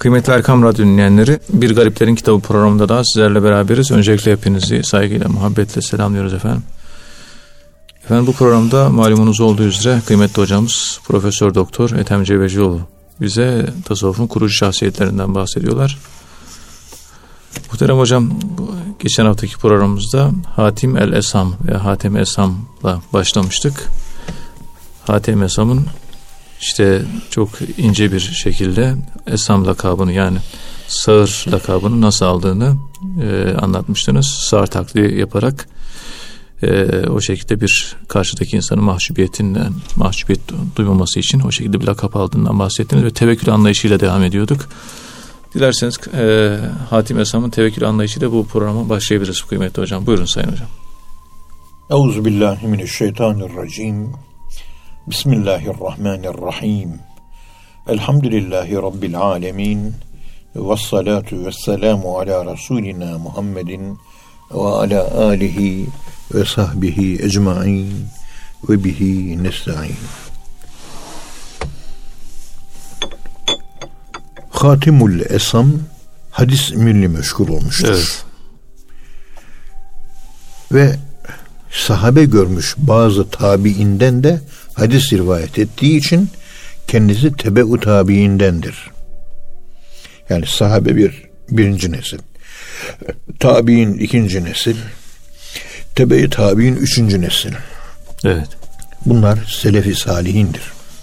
Kıymetli Erkam Radyo dinleyenleri, Bir Gariplerin Kitabı programında da sizlerle beraberiz. Öncelikle hepinizi saygıyla, muhabbetle selamlıyoruz efendim. Efendim bu programda malumunuz olduğu üzere kıymetli hocamız Profesör Doktor Ethem Cebecioğlu bize tasavvufun kurucu şahsiyetlerinden bahsediyorlar. Muhterem hocam, geçen haftaki programımızda Hatim el-Esam ve Hatem Esam'la başlamıştık. Hatem Esam'ın işte çok ince bir şekilde Esam lakabını, yani sağır lakabını nasıl aldığını anlatmıştınız. Sağır taklidi yaparak o şekilde bir karşıdaki insanın mahcubiyet duymaması için o şekilde bir lakap aldığından bahsettiniz ve tevekkül anlayışıyla devam ediyorduk. Dilerseniz Hatim Esam'ın tevekkül anlayışıyla bu programa başlayabiliriz kıymetli hocam. Buyurun sayın hocam. Euzubillahimineşşeytanirracim. Bismillahirrahmanirrahim. Elhamdülillahi Rabbil alemin. Vessalatu vesselamu ala Resulina Muhammedin ve ala alihi ve sahbihi ecmain ve bihi nesta'in. Hatimul Esam hadis milli meşgul olmuştur. Evet. Ve sahabe görmüş bazı tabiinden de hadis rivayet ettiği için kendisi tebe-u tabiindendir. Yani sahabe birinci nesil, tabiin ikinci nesil, tebe-i tabiin üçüncü nesil. Evet. Bunlar selef-i salihindir.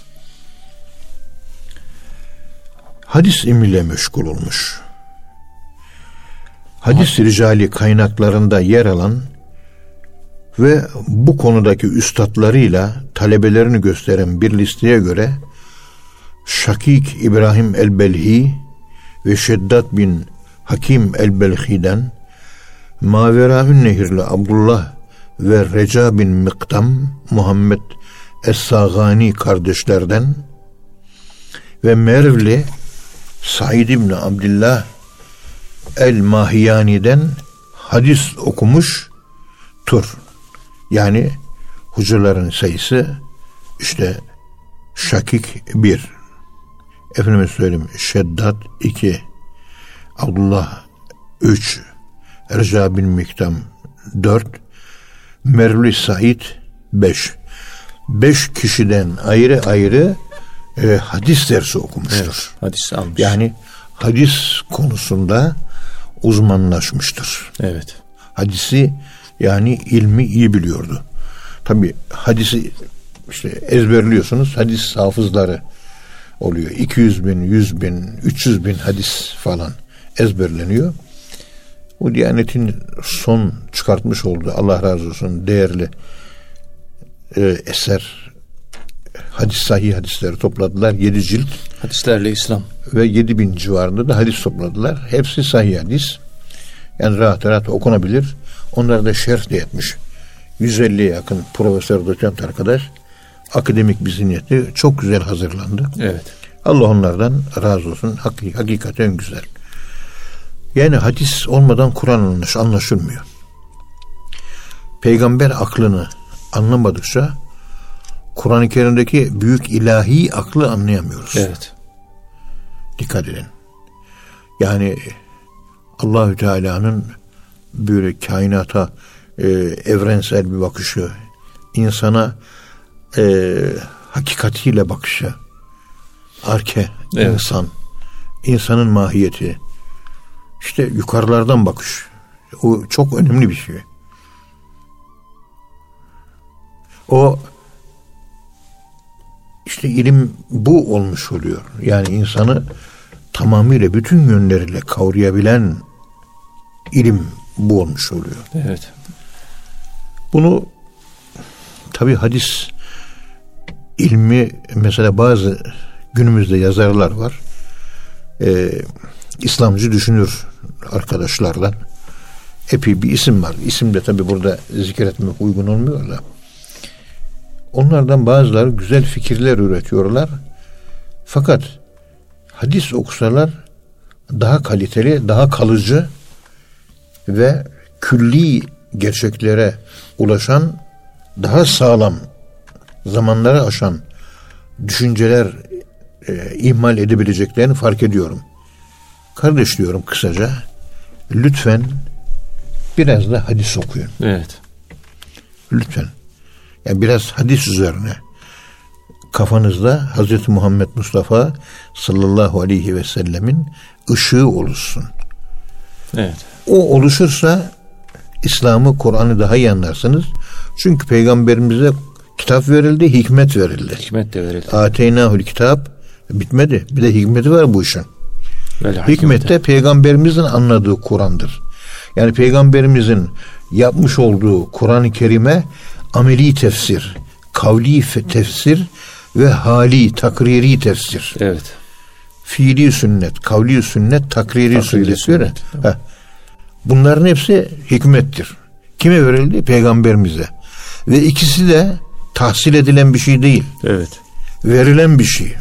Hadis ilmiyle meşgul olmuş. Hadis ricali kaynaklarında yer alan ve bu konudaki üstadlarıyla talebelerini gösteren bir listeye göre Şakik İbrahim el-Belhi ve Şeddat bin Hakim el-Belhi'den, Maveraün Nehirli Abdullah ve Reca bin Miktam Muhammed Es-Sagani kardeşlerden ve Mervli Said İbni Abdillah el-Mahiyani'den hadis okumuştur. Yani hocaların sayısı işte Şakik 1, efendime söyleyeyim Şeddat 2, Abdullah 3, Reca bin Miktam 4, Mervli Said 5. 5 kişiden ayrı ayrı hadis dersi okumuştur. Evet, hadis almış. Yani hadis konusunda uzmanlaşmıştır. Evet. Hadisi, yani ilmi iyi biliyordu. Tabii hadisi işte ezberliyorsunuz. Hadis hafızları oluyor. 200 bin, 100 bin, 300 bin hadis falan ezberleniyor. Bu Diyanet'in son çıkartmış olduğu, Allah razı olsun, değerli eser, sahih hadisleri topladılar. 7 cilt. Hadislerle İslam. Ve 7.000 civarında da hadis topladılar. Hepsi sahih hadis. Yani rahat rahat okunabilir. Onlar da şerh de etmiş. 150'ye yakın profesör, doçent arkadaş. Akademik bir zihniyeti çok güzel hazırlandı. Evet. Allah onlardan razı olsun. Hakikaten güzel. Yani hadis olmadan Kur'an anlaşılmıyor. Peygamber aklını anlamadıkça Kur'an-ı Kerim'deki büyük ilahi aklı anlayamıyoruz. Evet. Dikkat edin. Yani Allahü Teala'nın böyle kainata evrensel bir bakışı, insana hakikatiyle bakışı, evet, insanın mahiyeti, işte yukarılardan bakış. O çok önemli bir şey. O işte ilim bu olmuş oluyor. Yani insanı tamamıyla bütün yönleriyle kavrayabilen ilim bu olmuş oluyor. Evet. Bunu tabii hadis ilmi, mesela bazı günümüzde yazarlar var. İslamcı düşünür arkadaşlarla. Epey bir isim var. İsim de tabii burada zikretmek uygun olmuyor da. Onlardan bazıları güzel fikirler üretiyorlar. Fakat hadis okusalar daha kaliteli, daha kalıcı ve külli gerçeklere ulaşan, daha sağlam, zamanları aşan düşünceler ihmal edebileceklerini fark ediyorum. Kardeş diyorum kısaca, lütfen biraz da hadis okuyun. Evet. Lütfen. Yani biraz hadis üzerine kafanızda Hazreti Muhammed Mustafa sallallahu aleyhi ve sellemin ışığı oluşsun. Evet. O oluşursa İslam'ı, Kur'an'ı daha iyi anlarsınız. Çünkü Peygamberimize kitap verildi, hikmet verildi. Hikmet de verildi. Ateynâhul kitap bitmedi. Bir de hikmeti var bu işin. Hikmet de Peygamberimizin anladığı Kur'an'dır. Yani Peygamberimizin yapmış olduğu Kur'an-ı Kerim'e ameli tefsir, kavli tefsir ve hali, takriri tefsir. Evet. Fiili sünnet, kavli sünnet, takriri sünnet. Bunların hepsi hikmettir. Kime verildi? Peygamberimize. Ve ikisi de tahsil edilen bir şey değil. Evet. Verilen bir şey.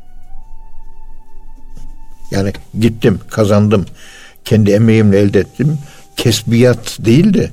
Yani gittim, kazandım, kendi emeğimle elde ettim. Kesbiyat değil de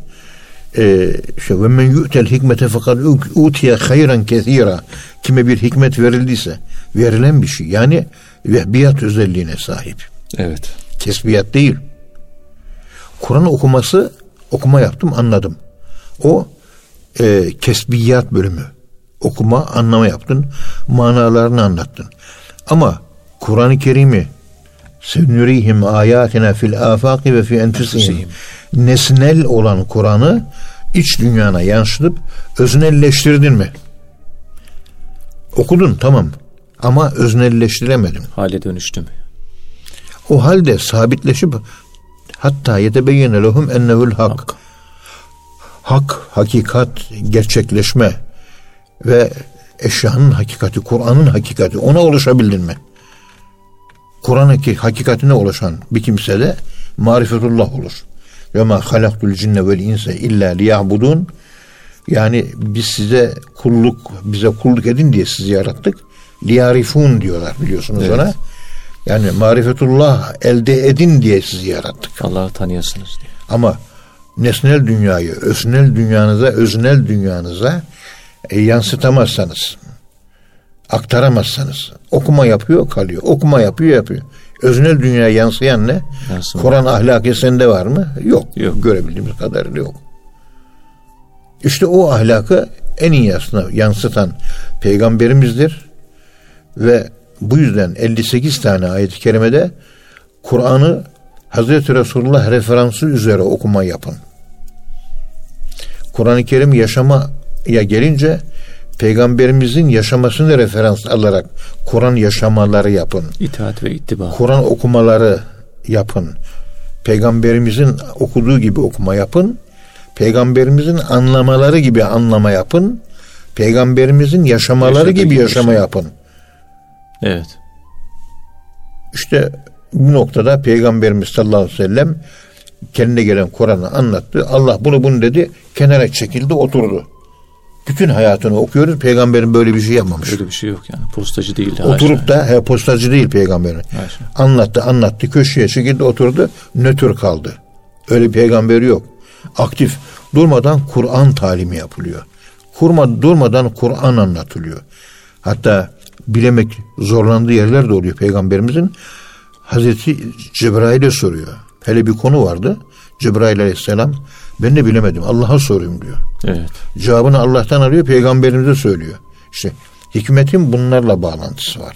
ve men yu'tel hikmete fakat utiye hayran kesira. Kime bir hikmet verildiyse verilen bir şey. Yani vehbiyat özelliğine sahip. Evet. Kesbiyat değil. Kur'an okuma yaptım, anladım. O kesbiyat bölümü. Okuma, anlama yaptın, manalarını anlattın. Ama Kur'an-ı Kerim'i senurihim ayatina fil afaki ve fi enfusihim, nesnel olan Kur'an'ı iç dünyana yansıtıp öznelleştirdin mi? Okudun, tamam, ama öznelleştiremedin. Hale dönüştü mü? O halde sabitleşip hatta yetebeyyene lehum ennehu'l hak. Hak, hakikat, gerçekleşme ve eşyanın hakikati, Kur'an'ın hakikati, ona ulaşabildin mi? Kur'an'ın hakikatine ulaşan bir kimse de marifetullah olur. Ve ma halaktul cinne vel inse illa liya'budun. Yani biz bize kulluk edin diye sizi yarattık. Liyarifun diyorlar, biliyorsunuz, evet, ona. Yani marifetullah elde edin diye sizi yarattık. Allah'ı tanıyasınız diye. Ama nesnel dünyayı öznel dünyanıza yansıtamazsanız, aktaramazsanız, okuma yapıyor kalıyor. Okuma yapıyor. Öznel dünyaya yansıyan ne? Kur'an ahlakı sende var mı? Yok. Görebildiğimiz kadarıyla yok. İşte o ahlakı en iyi yansıtan Peygamberimizdir. Ve bu yüzden 58 tane ayet-i kerimede Kur'an'ı Hazreti Resulullah referansı üzere okuma yapın. Kur'an-ı Kerim yaşamaya gelince Peygamberimizin yaşamasını referans alarak Kur'an yaşamaları yapın. İtaat ve ittiba. Kur'an okumaları yapın. Peygamberimizin okuduğu gibi okuma yapın. Peygamberimizin anlamaları gibi anlama yapın. Peygamberimizin yaşamaları gibi yaşama yapın. Evet. İşte bu noktada Peygamberimiz sallallahu aleyhi ve sellem kendine gelen Kur'an'ı anlattı. Allah bunu dedi, kenara çekildi, oturdu. Bütün hayatını okuyoruz. Peygamberin böyle bir şey yapmamış. Böyle bir şey yok yani. Postacı değil. Oturup da postacı değil Peygamberin. Anlattı. Köşeye çekildi, oturdu. Nötr kaldı. Öyle bir peygamber yok. Aktif. Durmadan Kur'an talimi yapılıyor. Durmadan Kur'an anlatılıyor. Hatta bilemek zorlandığı yerler de oluyor Peygamberimizin. Hazreti Cebrail'e soruyor. Hele bir konu vardı. Cebrail aleyhisselam, ben de bilemedim, Allah'a sorayım diyor. Evet. Cevabını Allah'tan arıyor, Peygamberimize söylüyor. İşte hikmetin bunlarla bağlantısı var.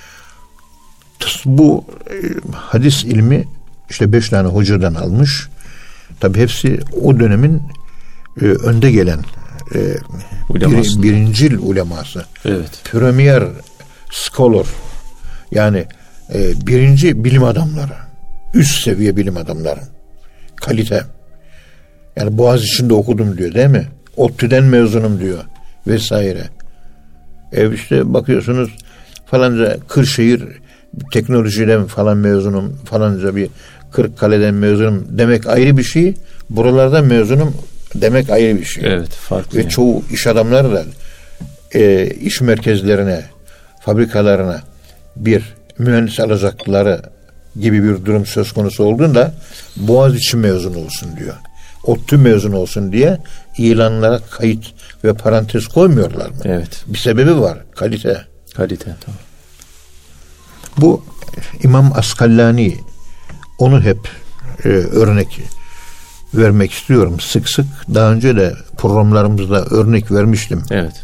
Bu hadis ilmi işte 5 tane hocadan almış. Tabi hepsi o dönemin önde gelen birincil uleması. Evet. Premier scholar, yani birinci bilim adamları, üst seviye bilim adamları, kalite. Yani Boğaziçi'nde okudum diyor, değil mi? ODTÜ'den mezunum diyor vesaire. İşte bakıyorsunuz falanca Kırşehir teknolojiden falan mezunum, falanca bir Kırıkkale'den mezunum demek ayrı bir şey. Buralardan mezunum demek ayrı bir şey. Evet, farklı. Ve çoğu iş adamları da iş merkezlerine, fabrikalarına bir mühendis alacakları gibi bir durum söz konusu olduğunda Boğaziçi mezunu olsun diyor. ODTÜ mezunu olsun diye ilanlara kayıt ve parantez koymuyorlar mı? Evet. Bir sebebi var. Kalite. Kalite, tamam. Bu İmam Askallani Onu hep örnek vermek istiyorum sık sık. Daha önce de programlarımızda örnek vermiştim. Evet.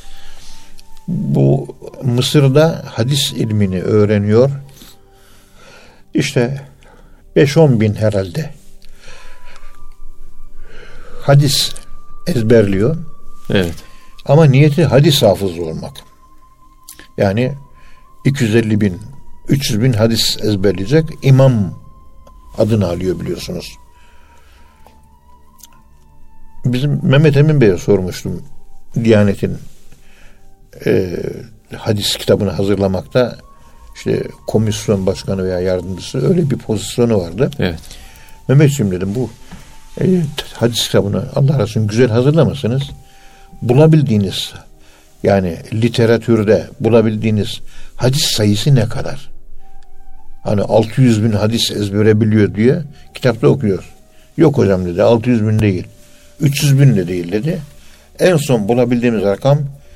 Bu Mısır'da hadis ilmini öğreniyor. İşte 5-10 bin herhalde hadis ezberliyor. Evet. Ama niyeti hadis hafızı olmak. Yani 250 bin, 300 bin hadis ezberleyecek. İmam adını alıyor biliyorsunuz. Bizim Mehmet Emin Bey'e sormuştum. Diyanet'in hadis kitabını hazırlamakta işte komisyon başkanı veya yardımcısı öyle bir pozisyonu vardı. Evet. Mehmetciğim dedim, bu hadis kitabını Allah razı olsun güzel hazırlamasınız. Bulabildiğiniz, yani literatürde bulabildiğiniz hadis sayısı ne kadar? Hani 600 bin hadis ezbere biliyor diye kitapta okuyor. Yok hocam dedi, 600 bin değil, 300 bin de değil dedi. En son bulabildiğimiz rakam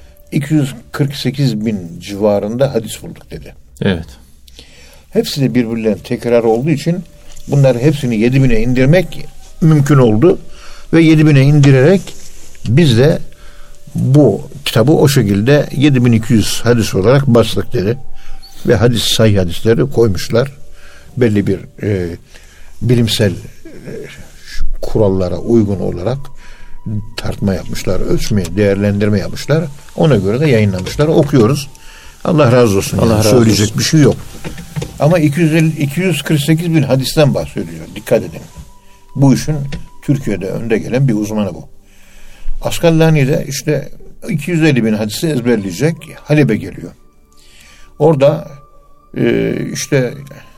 248 bin civarında hadis bulduk dedi. Evet. Hepsi de birbirlerine tekrar olduğu için bunları hepsini 7.000'e indirmek mümkün oldu. Ve 7.000'e indirerek biz de bu kitabı o şekilde 7.200 hadis olarak bastık dedi. Ve hadis, sahih hadisleri koymuşlar. Belli bir bilimsel kurallara uygun olarak tartma yapmışlar, ölçme, değerlendirme yapmışlar. Ona göre de yayınlamışlar. Okuyoruz. Allah razı olsun. Allah razı söyleyecek olsun. Bir şey yok. Ama 248 bin hadisten bahsediyor. Dikkat edin. Bu işin Türkiye'de önde gelen bir uzmanı bu. Askallani de işte 250 bin hadisi ezberleyecek. Halep'e geliyor. Orada işte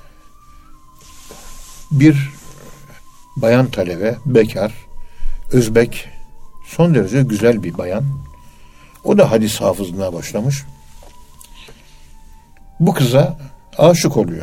bir bayan talebe, bekar, Özbek, son derece güzel bir bayan. O da hadis hafızlığına başlamış. Bu kıza aşık oluyor.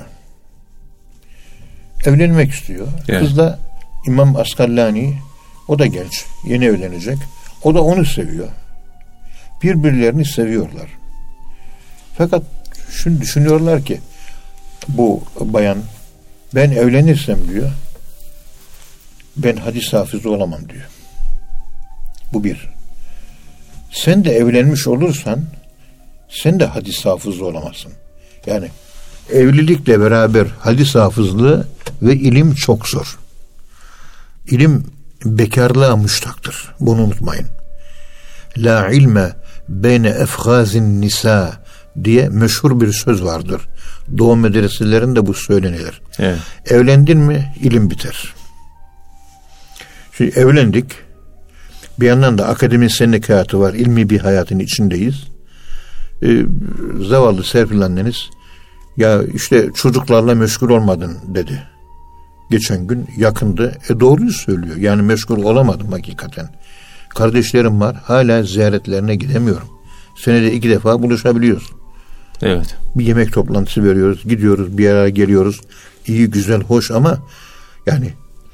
Evlenmek istiyor. Evet. Kız da İmam Askallani, o da genç, yeni evlenecek. O da onu seviyor. Birbirlerini seviyorlar. Fakat şunu düşünüyorlar ki bu bayan, ben evlenirsem diyor, ben hadis hafızı olamam diyor. Bu bir. Sen de evlenmiş olursan sen de hadis hafızı olamazsın. Yani evlilikle beraber hadis hafızlığı ve ilim çok zor. İlim bekarlığa müştaktır. Bunu unutmayın. La ilme beyne efgazin nisa diye meşhur bir söz vardır. Doğu medreselerinde bu söylenir. Evet. Evlendin mi ilim biter. Şimdi evlendik. Bir yandan da akademisyenlik hayatı var. İlmi bir hayatın içindeyiz. Zavallı Serpil anneniz, ya işte çocuklarla meşgul olmadın dedi. Geçen gün yakındı. Doğruyu söylüyor. Yani meşgul olamadım hakikaten. Kardeşlerim var. Hala ziyaretlerine gidemiyorum. Senede 2 defa buluşabiliyoruz. Evet. Bir yemek toplantısı veriyoruz. Gidiyoruz. Bir araya geliyoruz. İyi, güzel, hoş ama yani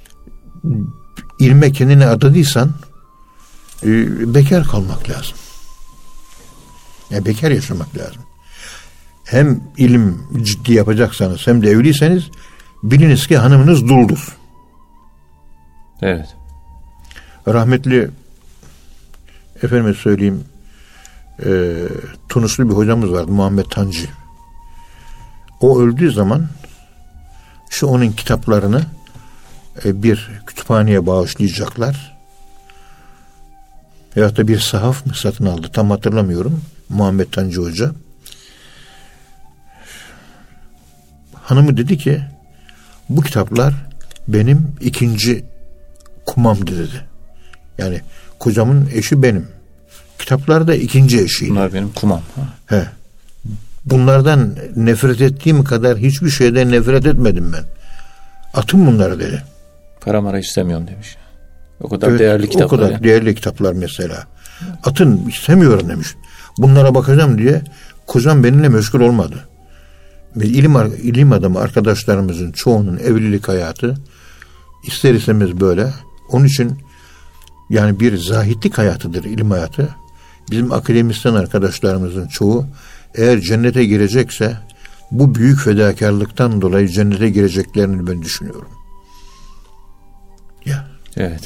ilme kendini adadıysan bekar kalmak lazım. Yani bekar yaşamak lazım. Hem ilim ciddi yapacaksanız hem de evliyseniz biliniz ki hanımınız duldur. Evet. Rahmetli efendime söyleyeyim Tunuslu bir hocamız vardı, Muhammed Tancı. O öldüğü zaman şu onun kitaplarını bir kütüphaneye bağışlayacaklar. Veyahut da bir sahaf mı satın aldı, tam hatırlamıyorum, Muhammed Tancı Hoca. Hanımı dedi ki bu kitaplar benim ikinci kumamdı dedi. Yani kocamın eşi benim. Kitaplar da ikinci eşiydi. Bunlar benim kumam. He. Bunlardan nefret ettiğim kadar hiçbir şeyden nefret etmedim ben. Atın bunları dedi. Para mara istemiyorum demiş. O kadar değerli kitaplar. O kadar değerli kitaplar mesela. Atın, istemiyorum demiş. Bunlara bakacağım diye kocam benimle meşgul olmadı. Ve ilim adamı arkadaşlarımızın çoğunun evlilik hayatı ister istemez böyle. Onun için yani bir zahitlik hayatıdır ilim hayatı. Bizim akademisyen arkadaşlarımızın çoğu eğer cennete girecekse bu büyük fedakarlıktan dolayı cennete gireceklerini ben düşünüyorum. Ya. Evet.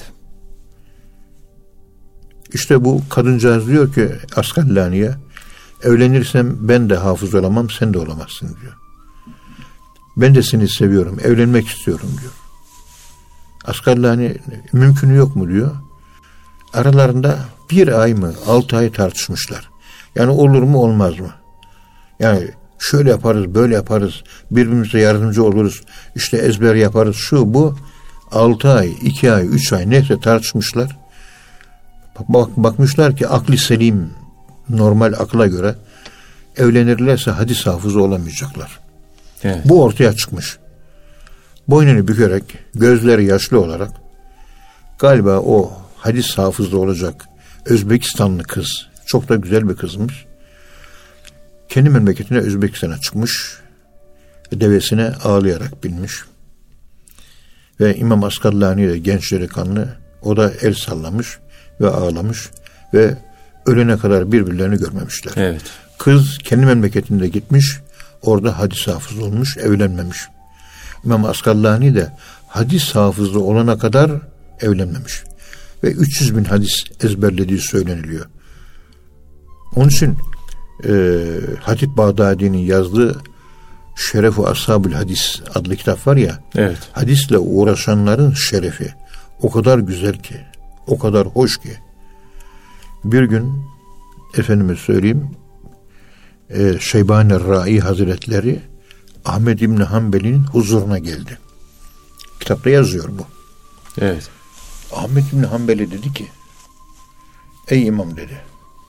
İşte bu kadıncağız diyor ki Askalani'ye, evlenirsem ben de hafız olamam, sen de olamazsın diyor. Ben de seni seviyorum, evlenmek istiyorum diyor. Askalani mümkünü yok mu diyor. Aralarında 1 ay mı 6 ay tartışmışlar. Yani olur mu olmaz mı? Yani şöyle yaparız, böyle yaparız, birbirimize yardımcı oluruz, işte ezber yaparız, şu bu. 6 ay, 2 ay, 3 ay neyse tartışmışlar. Bakmışlar ki akli selim, normal akla göre evlenirlerse hadis hafızı olamayacaklar. Evet. Bu ortaya çıkmış. Boynunu bükerek, gözleri yaşlı olarak, galiba o hadis hafızı olacak Özbekistanlı kız, çok da güzel bir kızmış, kendi memleketine Özbekistan'a çıkmış, devesine ağlayarak binmiş. Ve İmam Askalani de genç delikanlı, o da el sallamış ve ağlamış ve ölene kadar birbirlerini görmemişler. Evet. Kız kendi memleketinde gitmiş, orada hadis hafızı olmuş, evlenmemiş. İmam Askalani de hadis hafızı olana kadar evlenmemiş. Ve 300 bin hadis ezberlediği söyleniliyor. Onun için Hatip Bağdadi'nin yazdığı Şerefu Ashabül Hadis adlı kitap var ya, evet. Hadisle uğraşanların şerefi o kadar güzel ki, o kadar hoş ki. Bir gün efendime söyleyeyim, Şeybani-Rai Hazretleri Ahmed İbni Hanbel'in huzuruna geldi. Kitapta yazıyor bu. Evet. Ahmed İbni Hanbel'e dedi ki, ey imam dedi.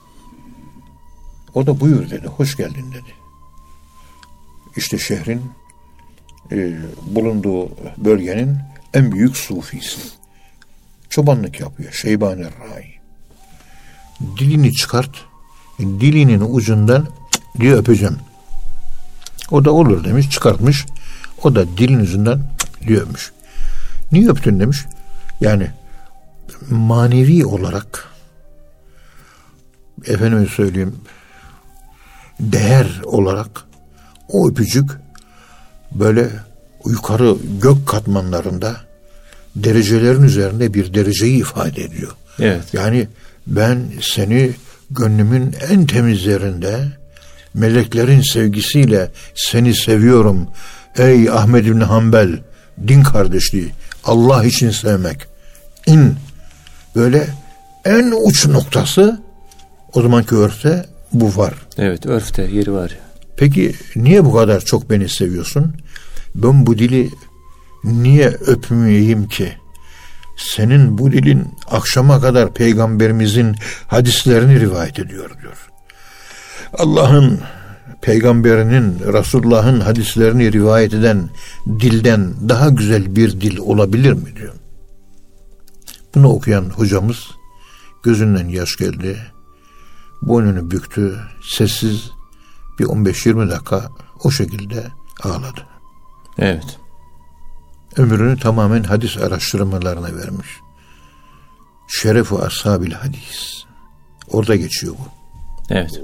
O da buyur dedi, hoş geldin dedi. İşte şehrin bulunduğu bölgenin en büyük sufisi. Çobanlık yapıyor Şeybani-Rai. Dilini çıkart, dilinin ucundan diye öpeceğim. O da olur demiş, çıkartmış. O da dilin ucundan diye öpmüş. Niye öptün demiş. Yani manevi olarak, efendime söyleyeyim, değer olarak o öpücük böyle yukarı gök katmanlarında derecelerin üzerinde bir dereceyi ifade ediyor. Evet. Yani ben seni gönlümün en temiz yerinde meleklerin sevgisiyle seni seviyorum. Ey Ahmed İbni Hanbel, din kardeşliği, Allah için sevmek. Böyle en uç noktası o zamanki örfte bu var. Evet, örfte yeri var ya. Peki niye bu kadar çok beni seviyorsun? Ben bu dili niye öpmeyeyim ki? Senin bu dilin akşama kadar peygamberimizin hadislerini rivayet ediyor diyor. Allah'ın peygamberinin, Resulullah'ın hadislerini rivayet eden dilden daha güzel bir dil olabilir mi diyor. Bunu okuyan hocamız gözünden yaş geldi. Boynunu büktü. Sessiz bir 15-20 dakika o şekilde ağladı. Evet. Ömrünü tamamen hadis araştırmalarına vermiş. Şerefu Ashabil Hadis. Orada geçiyor bu. Evet.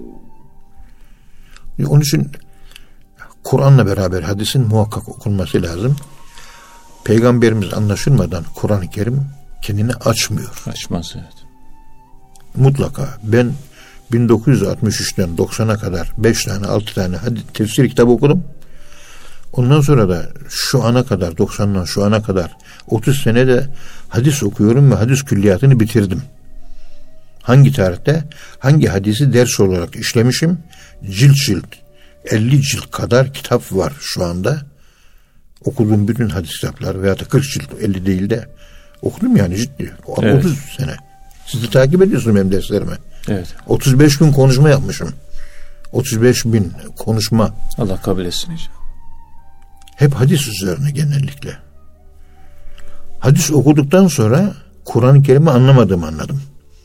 Onun için Kur'an'la beraber hadisin muhakkak okunması lazım. Peygamberimiz anlaşılmadan Kur'an-ı Kerim kendini açmıyor. Açmaz, evet. Mutlaka. Ben 1963'ten 90'a kadar 5 tane 6 tane tefsir kitabı okudum. Ondan sonra da şu ana kadar 90'dan şu ana kadar 30 senede hadis okuyorum ve hadis külliyatını bitirdim. Hangi tarihte hangi hadisi ders olarak işlemişim? Cilt 50 cilt kadar kitap var şu anda. Okuduğum bütün hadis kitapları veya da 40 cilt 50 değil de okudum yani ciddi. Evet. 30 sene. Siz de takip ediyorsunuz benim derslerimi. Evet. 35 bin konuşma yapmışım. 35 bin konuşma. Allah kabul etsin inşallah. Hep hadis üzerine genellikle. Hadis okuduktan sonra Kur'an-ı Kerim'i anlamadığımı anladım.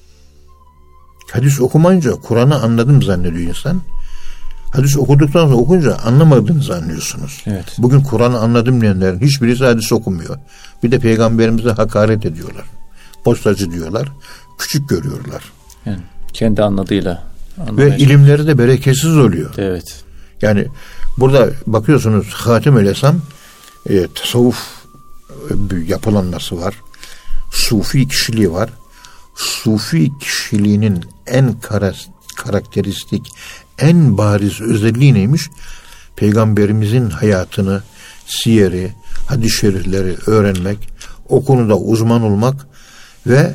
Hadis okumayınca Kur'an'ı anladım zannediyor insan. Hadis okuduktan sonra okunca anlamadığınızı anlıyorsunuz. Evet. Bugün Kur'an'ı anladım diyenlerin hiçbirisi hadis okumuyor. Bir de peygamberimize hakaret ediyorlar. Postacı diyorlar. Küçük görüyorlar. Yani kendi anladığıyla ve ilimleri de bereketsiz oluyor. Evet. Yani Burada bakıyorsunuz Hatem-ül Esam tasavvuf yapılanması var. Sufi kişiliği var. Sufi kişiliğinin en karakteristik, en bariz özelliği neymiş? Peygamberimizin hayatını, siyeri, hadis-i şerifleri öğrenmek, o konuda uzman olmak ve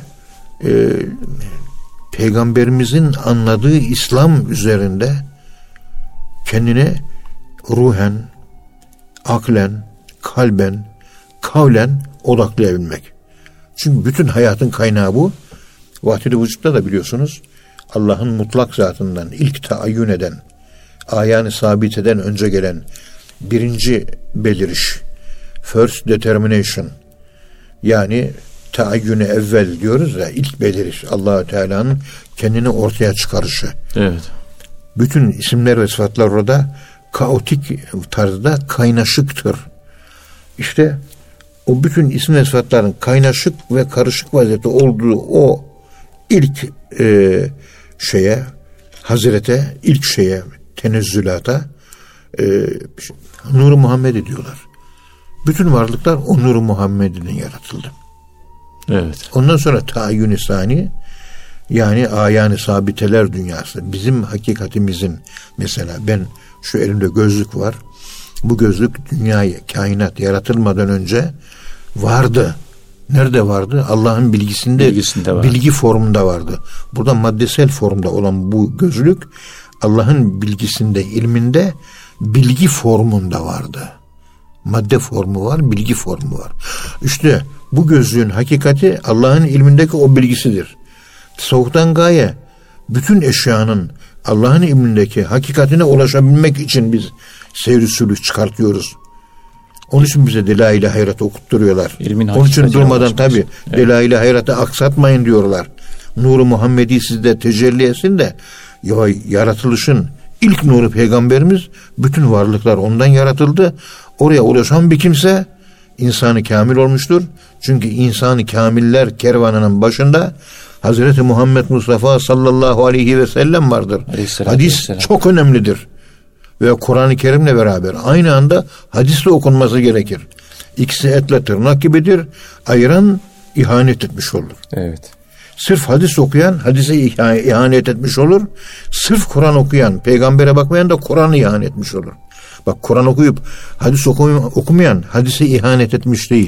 Peygamberimizin anladığı İslam üzerinde kendini ruhen, aklen, kalben, kavlen odaklayabilmek. Çünkü bütün hayatın kaynağı bu. Vahdid-i Vücud'da da biliyorsunuz Allah'ın mutlak zatından ilk taayyün eden, ayağını sabit eden önce gelen birinci beliriş, first determination, yani taayyün-i evvel diyoruz ya, ilk beliriş, Allah-u Teala'nın kendini ortaya çıkarışı. Evet. Bütün isimler ve sıfatlar orada kaotik tarzda kaynaşıktır. İşte o bütün isim ve sıfatların kaynaşık ve karışık vaziyette olduğu o ilk Hazrete, ilk tenezzülata Nur-u Muhammed diyorlar. Bütün varlıklar o Nur-u Muhammed'in yaratıldı. Evet. Ondan sonra taayyün-i sani, yani ayağını sabiteler dünyası. Bizim hakikatimizin, mesela ben şu elimde gözlük var. Bu gözlük dünyayı, kainat yaratılmadan önce vardı. Nerede vardı? Allah'ın bilgisinde bilgi formunda vardı. Burada maddesel formda olan bu gözlük Allah'ın bilgisinde, ilminde bilgi formunda vardı. Madde formu var, bilgi formu var. İşte bu gözlüğün hakikati Allah'ın ilmindeki o bilgisidir. Tasavvuftan gaye bütün eşyanın Allah'ın ilmindeki hakikatine ulaşabilmek için biz seyr-i sülük çıkartıyoruz. Onun için bize Delail-i Hayrat'ı okutturuyorlar. Onun için durmadan tabii evet. Delail-i Hayrat'ı aksatmayın diyorlar. Nur-u Muhammedi sizde tecelli etsin de yaratılışın ilk nuru Peygamberimiz, bütün varlıklar ondan yaratıldı. Oraya ulaşan bir kimse insanı kamil olmuştur. Çünkü insanı kamiller kervanının başında Hazreti Muhammed Mustafa sallallahu aleyhi ve sellem vardır. Hadis çok önemlidir. Ve Kur'an-ı Kerim'le beraber aynı anda hadisle okunması gerekir. İkisi etle tırnak gibidir. Ayıran ihanet etmiş olur. Evet. Sırf hadis okuyan hadise ihanet etmiş olur. Sırf Kur'an okuyan, peygambere bakmayan da Kur'an'ı ihanet etmiş olur. Bak, Kur'an okuyup hadis okumayan hadise ihanet etmiş değil.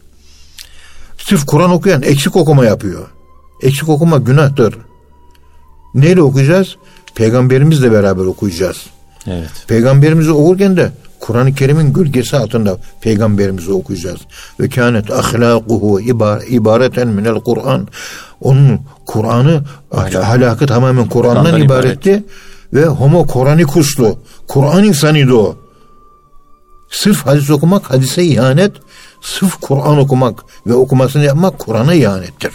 Sırf Kur'an okuyan eksik okuma yapıyor. Eksik okuma günahtır. Neyle okuyacağız? Peygamberimizle beraber okuyacağız. Evet. Peygamberimizi okurken de Kur'an-ı Kerim'in gölgesi altında Peygamberimizi okuyacağız. Ve kânet ahlâkuhu ibareten minel Kur'an. Onun Kur'an'ı, ahlakı tamamen Kur'an'dan ibaretti. Ve homo Kur'anikus'tu. Kur'an insanıydı o. Sırf hadis okumak hadise ihanet, sırf Kur'an okumak ve okumasını yapmak Kur'an'a ihanettir.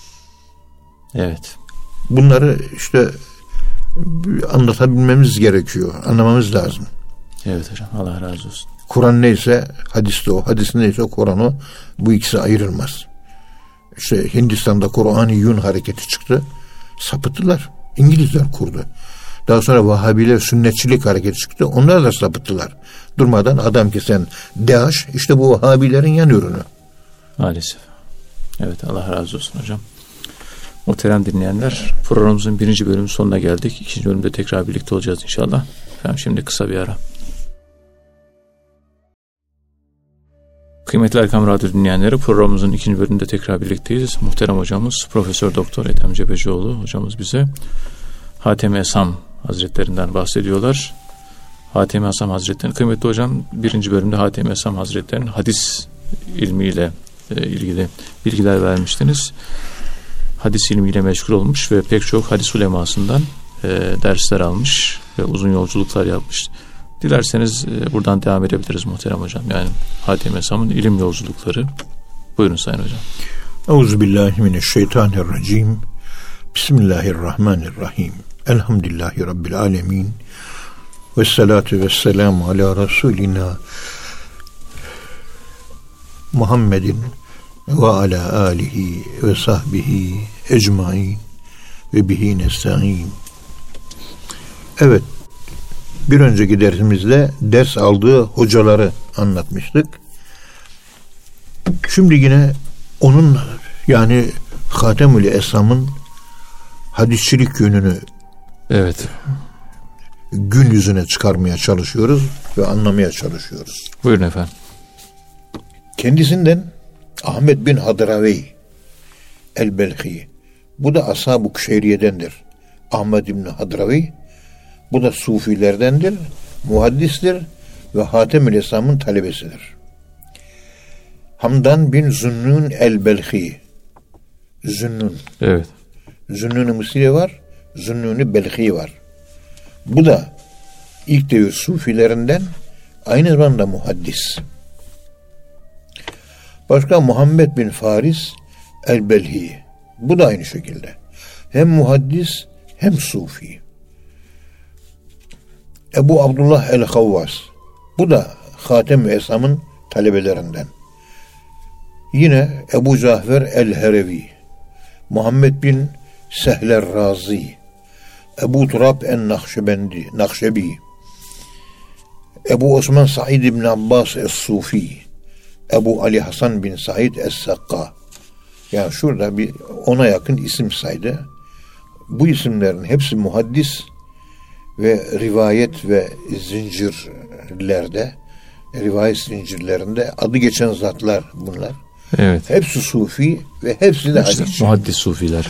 Evet. Bunları işte anlatabilmemiz gerekiyor. Anlamamız lazım. Evet hocam. Allah razı olsun. Kur'an neyse hadis de o. Hadis neyse Kur'an o. Bu ikisi ayrılmaz. İşte Hindistan'da Kur'an-ı hareketi çıktı. Sapıttılar. İngilizler kurdu. Daha sonra Vahabiler sünnetçilik hareketi çıktı. Onlar da sapıttılar. Durmadan adam kesen DAEŞ işte bu Vahabilerin yan ürünü. Maalesef. Evet, Allah razı olsun hocam. Muhterem dinleyenler, programımızın 1. bölümü sonuna geldik. 2. bölümde tekrar birlikte olacağız inşallah. Efendim şimdi kısa bir ara. Kıymetli Erkam Radyo dinleyenleri, programımızın 2. bölümünde tekrar birlikteyiz. Muhterem hocamız Profesör Doktor Ethem Cebecioğlu hocamız bize Hatem-i Esam Hazretlerinden bahsediyorlar. Hatem-i Esam Hazretleri, kıymetli hocam 1. bölümde Hatem-i Esam Hazretleri'nin hadis ilmiyle ilgili bilgiler vermiştiniz. Hadis ilmiyle meşgul olmuş ve pek çok hadis ulemasından dersler almış ve uzun yolculuklar yapmış. Dilerseniz buradan devam edebiliriz muhterem hocam. Yani Hatem-i Esam'ın ilim yolculukları. Buyurun sayın hocam. Euzubillahimineşşeytanirracim. Bismillahirrahmanirrahim. Elhamdülillahi Rabbil alemin. Vessalatu vesselamu ala Resulina Muhammedin ve ala alihi ve sahbihi ecmain ve bihi nesta'in. Evet, bir önceki dersimizde ders aldığı hocaları anlatmıştık. Şimdi yine onun, yani Hatemül Esam'ın hadisçilik yönünü gün yüzüne çıkarmaya çalışıyoruz ve anlamaya çalışıyoruz. Buyurun efendim. Kendisinden Ahmet bin Hadravi el-Belhi, bu da Ashab-ı Küşeyriye'dendir. Ahmet bin Hadravi, bu da Sufilerdendir, muhaddistir ve Hatemül Esam'ın talebesidir. Hamdan bin Zünnun el-Belhi, Zünnun. Evet. Zünnun-u Mısri var, Zünnun-u Belhi var. Bu da ilk devir Sufilerinden, aynı zamanda muhaddis. Başka Muhammed bin Faris el-Belhi, bu da aynı şekilde. Hem muhaddis hem sufi. Ebu Abdullah el-Havvas, bu da Hatem-i Esam'ın talebelerinden. Yine Ebu Cafer el-Herevi, Muhammed bin Sehler Razi, Ebu Turab el-Nakşebi, Ebu Osman Said ibn Abbas el-Sufi, Ebu Ali Hasan bin Said el-Sakka. Yani şurada bir 10'a yakın isim saydı. Bu isimlerin hepsi muhaddis ve rivayet ve zincirlerde, rivayet zincirlerinde adı geçen zatlar bunlar. Evet. Hepsi sufi ve hepsi de hadisçi. Muhaddis sufiler.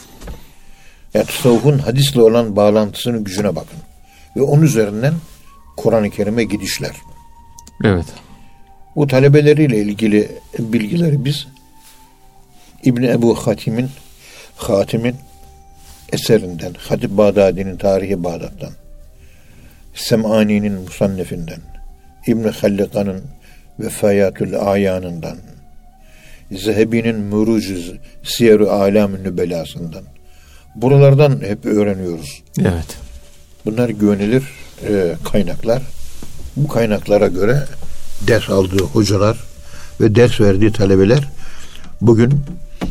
Yani tasavvufun hadisle olan bağlantısının gücüne bakın. Ve onun üzerinden Kur'an-ı Kerim'e gidişler. Evet. Bu talebeleriyle ilgili bilgileri biz İbni Ebu Hatim'in eserinden, Hatip Bağdadi'nin Tarihi Bağdat'tan, Sem'ani'nin Musannefinden, İbn-i Hallika'nın Vefayatül Ayan'ından, Zehebi'nin Murucuz Siyer-i Alam-ı Nübelası'ndan. Buralardan hep öğreniyoruz. Evet. Bunlar güvenilir kaynaklar. Bu kaynaklara göre ders aldığı hocalar ve ders verdiği talebeler bugün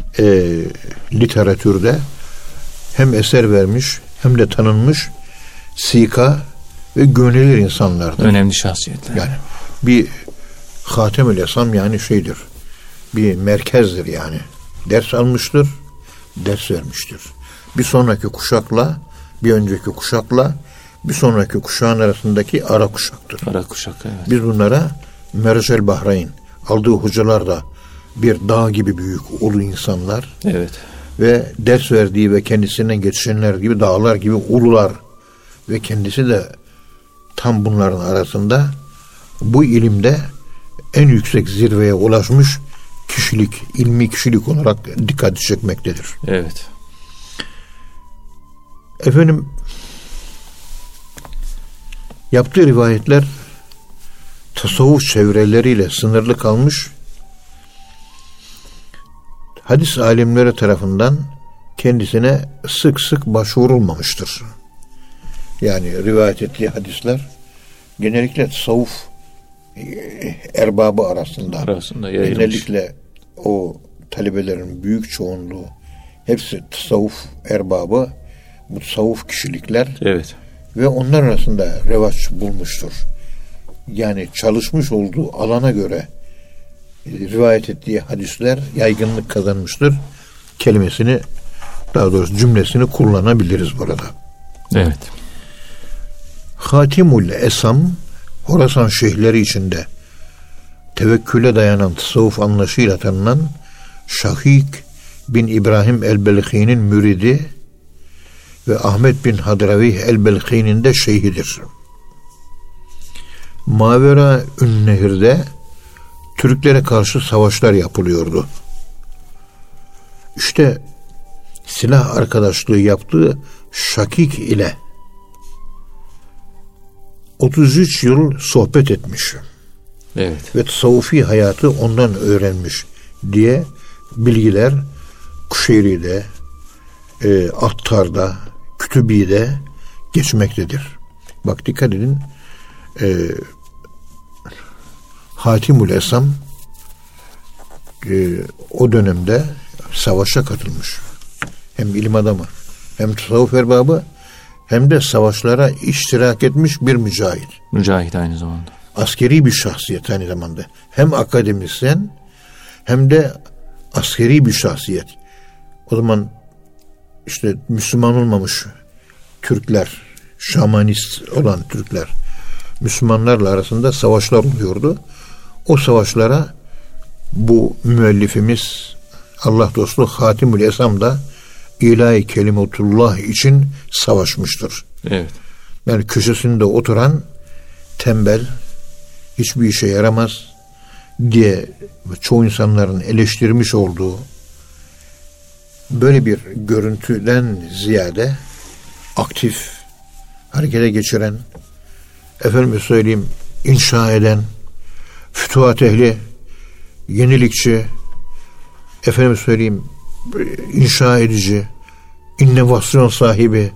literatürde hem eser vermiş hem de tanınmış sika ve güvenilir insanlardır. Önemli şahsiyetler. Yani bir Hatemül Esam yani şeydir. Bir merkezdir yani. Ders almıştır, ders vermiştir. Bir sonraki kuşakla, bir önceki kuşakla, bir sonraki kuşağın arasındaki ara kuşaktır. Ara kuşak, evet. Biz bunlara Mercel Bahreyn, aldığı hocalar da bir dağ gibi büyük ulu insanlar. Evet. Ve ders verdiği ve kendisinden geçenler gibi dağlar gibi ulular. Ve kendisi de tam bunların arasında bu ilimde en yüksek zirveye ulaşmış kişilik, ilmi kişilik olarak dikkat çekmektedir. Evet. Efendim, yaptığı rivayetler tasavvuf çevreleriyle sınırlı kalmış, hadis alimleri tarafından kendisine sık sık başvurulmamıştır. Yani rivayet ettiği hadisler genellikle tasavvuf erbabı arasında yayılmış. Genellikle o talebelerin büyük çoğunluğu hepsi tasavvuf erbabı, bu tasavvuf kişilikler. Evet. Ve onlar arasında revaç bulmuştur. Yani çalışmış olduğu alana göre rivayet ettiği hadisler yaygınlık kazanmıştır. Kelimesini, daha doğrusu cümlesini kullanabiliriz burada. Evet. Hatimül Esam, Horasan şeyhleri içinde tevekküle dayanan tasavvuf anlayışıyla tanınan Şahik bin İbrahim el-Belhi'nin müridi ve Ahmet bin Hadravi el-Belhi'nin de şeyhidir. Mavera Ünnehir'de Türklere karşı savaşlar yapılıyordu. İşte silah arkadaşlığı yaptığı Şakik ile 33 yıl sohbet etmiş. Evet. Ve tasavvufi hayatı ondan öğrenmiş diye bilgiler Kuşeyri'de, Attar'da, Kütübi'de geçmektedir. Bak dikkat edin, Hatimül Esam o dönemde savaşa katılmış. Hem ilim adamı, hem tasavvuf erbabı, hem de savaşlara iştirak etmiş bir mücahit. Mücahit aynı zamanda. Askeri bir şahsiyet aynı zamanda. Hem akademisyen hem de askeri bir şahsiyet. O zaman işte Müslüman olmamış Türkler, şamanist olan Türkler, Müslümanlarla arasında savaşlar oluyordu. O savaşlara bu müellifimiz Allah dostu Hatimül Esam da ilahi kelimetullah için savaşmıştır. Evet. Yani köşesinde oturan tembel, hiçbir işe yaramaz diye çoğu insanların eleştirmiş olduğu böyle bir görüntüden ziyade aktif, harekete geçiren, efendime söyleyeyim inşa eden, fütuhat ehli, yenilikçi, efendime söyleyeyim inşa edici, inovasyon sahibi,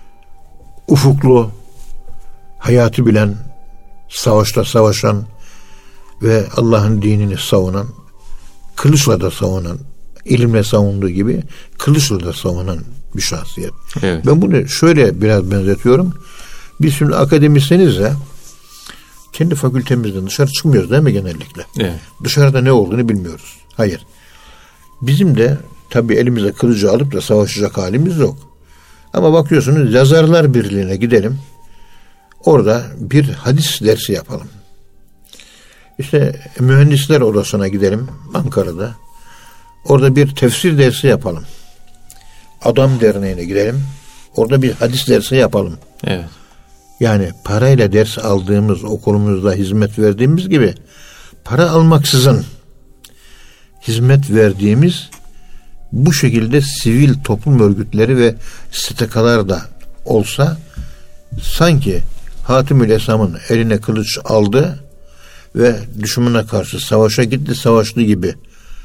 ufuklu, hayatı bilen, savaşta savaşan ve Allah'ın dinini savunan, kılıçla da savunan, ilimle savunduğu gibi kılıçla da savunan bir şahsiyet. Evet. Ben bunu şöyle biraz benzetiyorum. Biz şimdi akademisyeniz ya, kendi fakültemizden dışarı çıkmıyoruz değil mi genellikle? Evet. Dışarıda ne olduğunu bilmiyoruz. Hayır. Bizim de tabii elimize kılıcı alıp da savaşacak halimiz yok. Ama bakıyorsunuz Yazarlar Birliği'ne gidelim. Orada bir hadis dersi yapalım. İşte Mühendisler Odası'na gidelim Ankara'da. Orada bir tefsir dersi yapalım. Adam Derneği'ne gidelim. Orada bir hadis dersi yapalım. Evet. Yani parayla ders aldığımız, okulumuzda hizmet verdiğimiz gibi para almaksızın hizmet verdiğimiz bu şekilde sivil toplum örgütleri ve STK'lar da olsa sanki Hatimül Esam'ın eline kılıç aldı ve düşmana karşı savaşa gitti, savaştı gibi.